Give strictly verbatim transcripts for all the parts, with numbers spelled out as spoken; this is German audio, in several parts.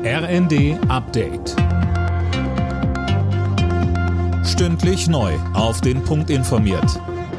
R N D Update. Stündlich neu auf den Punkt informiert.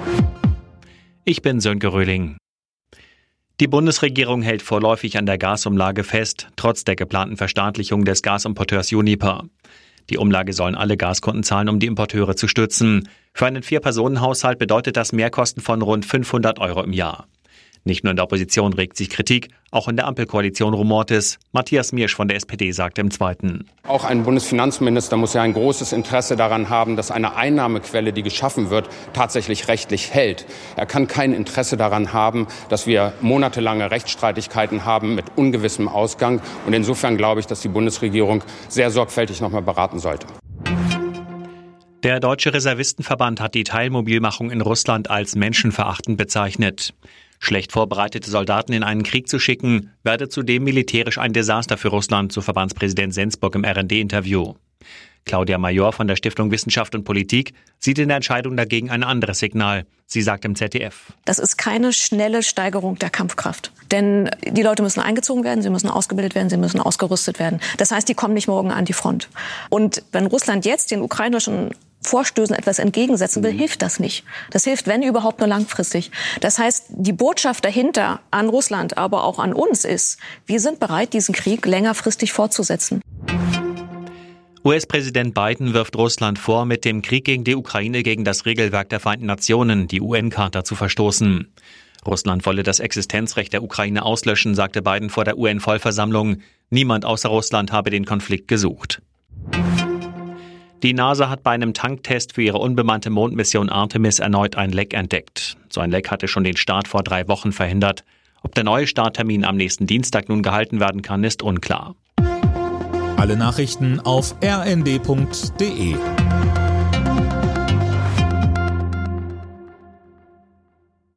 Ich bin Sönke Röhling. Die Bundesregierung hält vorläufig an der Gasumlage fest, trotz der geplanten Verstaatlichung des Gasimporteurs Uniper. Die Umlage sollen alle Gaskunden zahlen, um die Importeure zu stützen. Für einen Vier-Personen-Haushalt bedeutet das Mehrkosten von rund fünfhundert Euro im Jahr. Nicht nur in der Opposition regt sich Kritik, auch in der Ampelkoalition rumort es. Matthias Miersch von der S P D sagt im Zweiten. Auch ein Bundesfinanzminister muss ja ein großes Interesse daran haben, dass eine Einnahmequelle, die geschaffen wird, tatsächlich rechtlich hält. Er kann kein Interesse daran haben, dass wir monatelange Rechtsstreitigkeiten haben mit ungewissem Ausgang. Und insofern glaube ich, dass die Bundesregierung sehr sorgfältig noch mal beraten sollte. Der Deutsche Reservistenverband hat die Teilmobilmachung in Russland als menschenverachtend bezeichnet. Schlecht vorbereitete Soldaten in einen Krieg zu schicken, werde zudem militärisch ein Desaster für Russland, so Verbandspräsident Sensburg im R N D-Interview. Claudia Major von der Stiftung Wissenschaft und Politik sieht in der Entscheidung dagegen ein anderes Signal. Sie sagt im Z D F: Das ist keine schnelle Steigerung der Kampfkraft. Denn die Leute müssen eingezogen werden, sie müssen ausgebildet werden, sie müssen ausgerüstet werden. Das heißt, die kommen nicht morgen an die Front. Und wenn Russland jetzt den ukrainischen Vorstößen etwas entgegensetzen will, hilft das nicht. Das hilft, wenn überhaupt, nur langfristig. Das heißt, die Botschaft dahinter an Russland, aber auch an uns ist, wir sind bereit, diesen Krieg längerfristig fortzusetzen. U S-Präsident Biden wirft Russland vor, mit dem Krieg gegen die Ukraine gegen das Regelwerk der Vereinten Nationen, die U N-Charta, zu verstoßen. Russland wolle das Existenzrecht der Ukraine auslöschen, sagte Biden vor der U N-Vollversammlung. Niemand außer Russland habe den Konflikt gesucht. Die NASA hat bei einem Tanktest für ihre unbemannte Mondmission Artemis erneut ein Leck entdeckt. So ein Leck hatte schon den Start vor drei Wochen verhindert. Ob der neue Starttermin am nächsten Dienstag nun gehalten werden kann, ist unklar. Alle Nachrichten auf r n d punkt d e.